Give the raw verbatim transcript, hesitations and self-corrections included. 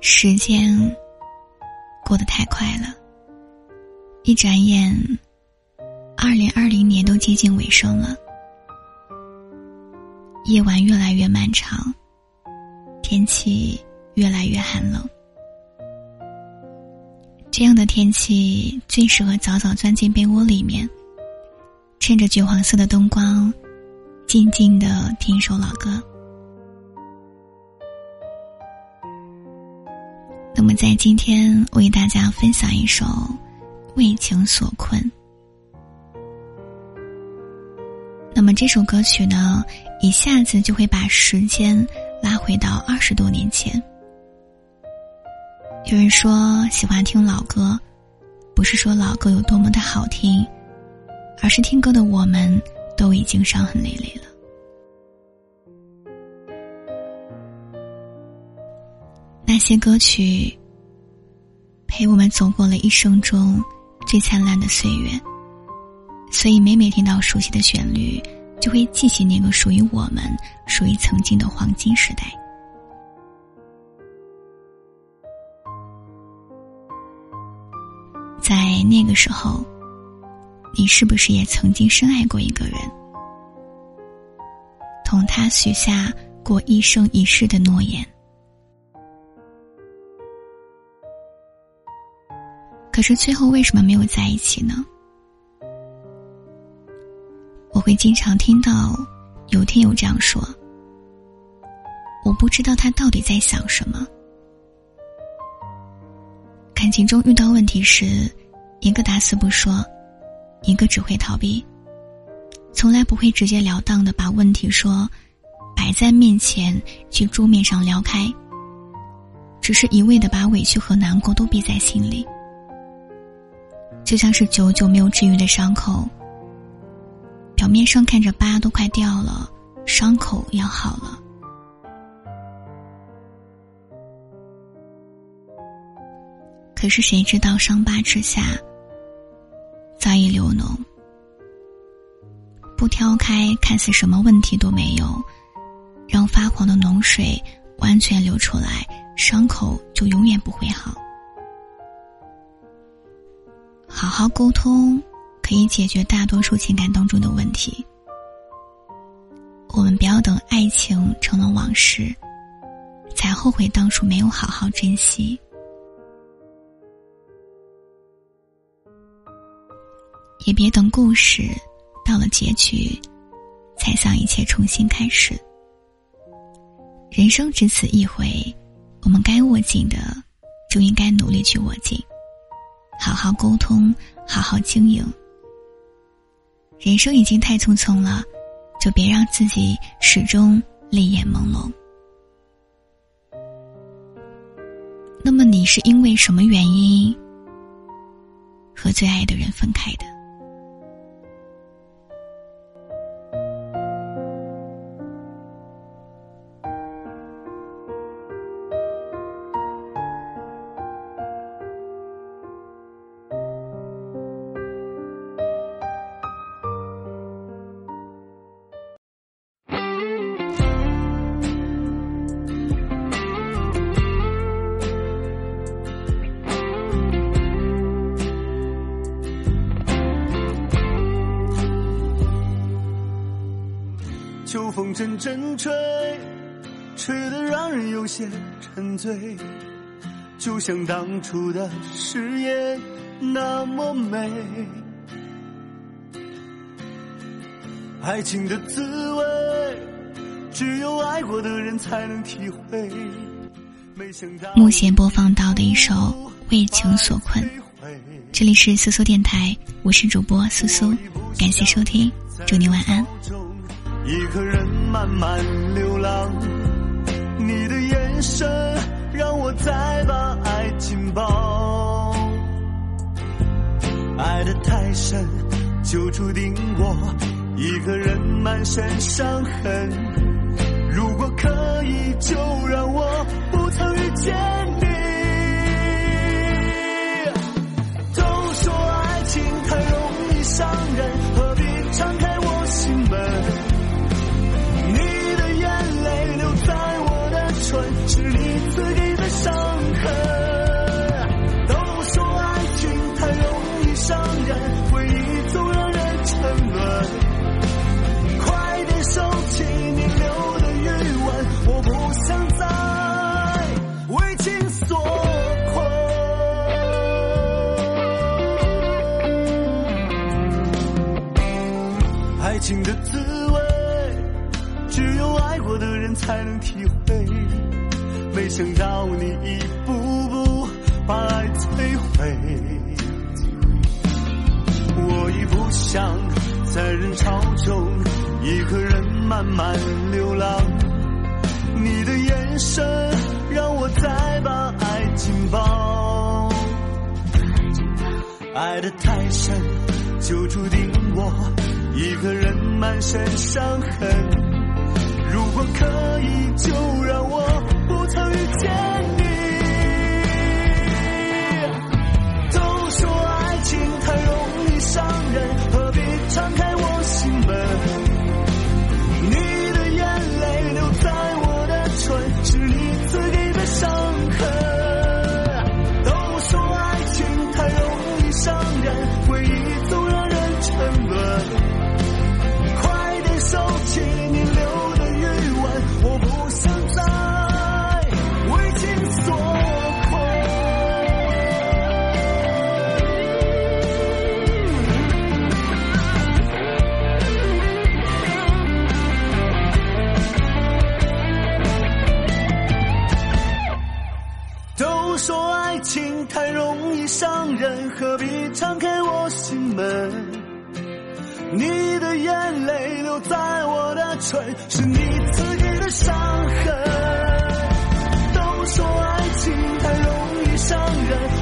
时间过得太快了，一转眼二零二零年都接近尾声了。夜晚越来越漫长，天气越来越寒冷。这样的天气最适合早早钻进被窝里面，趁着橘黄色的灯光静静地听一首老歌。那么在今天为大家分享一首《为情所困》。那么这首歌曲呢，一下子就会把时间拉回到二十多年前。有人说喜欢听老歌，不是说老歌有多么的好听，而是听歌的我们都已经伤痕累累了。那些歌曲陪我们走过了一生中最灿烂的岁月，所以每每听到熟悉的旋律，就会记起那个属于我们属于曾经的黄金时代。在那个时候，你是不是也曾经深爱过一个人，同他许下过一生一世的诺言？可是最后为什么没有在一起呢？我会经常听到有听友这样说，我不知道他到底在想什么。感情中遇到问题时，一个打死不说，一个只会逃避，从来不会直截了当地把问题说摆在面前去桌面上撩开，只是一味地把委屈和难过都憋在心里，就像是久久没有治愈的伤口，表面上看着疤都快掉了，伤口要好了。可是谁知道伤疤之下早已流脓，不挑开看似什么问题都没有，让发黄的脓水完全流出来，伤口就永远不会好。好好沟通可以解决大多数情感当中的问题，我们不要等爱情成了往事才后悔当初没有好好珍惜。也别等故事到了结局才想一切重新开始。人生只此一回，我们该握紧的就应该努力去握紧，好好沟通，好好经营。人生已经太匆匆了，就别让自己始终泪眼朦胧。那么你是因为什么原因和最爱的人分开的？ 秋风阵阵吹，吹得让人有些沉醉，就像当初的誓言那么美。爱情的滋味，只有爱过的人才能体会。没想到目前播放到的一首《为情所困》，这里是苏苏电台，我是主播苏苏，感谢收听，祝你晚安。 一个人慢慢流浪，你的眼神让我再把爱紧抱。爱得太深，就注定我一个人满身伤痕。如果可以，就让我不曾遇见你。都说爱情太容易伤人，何必敞开我心门？是你赐给的伤痕， 爱情的滋味，只有爱过的人才能体会。没想到你一步步把爱摧毁，我已不想在人潮中一个人慢慢流浪。你的眼神让我再把爱紧抱，爱得太深，就注定我一个人满身伤痕。如果可以，就让我不曾遇见你。都说爱情太容易伤人，何必敞开我心门？你的眼泪留在我的唇，是你赐给的伤痕。都说爱情太容易伤人，回忆总让人沉沦。快点收起你留的余温，我不想再为情所困。都说爱情太容易伤人，何必敞开我心门？你的眼泪留在我的唇，是你赐给的伤痕。都说爱情太容易伤人，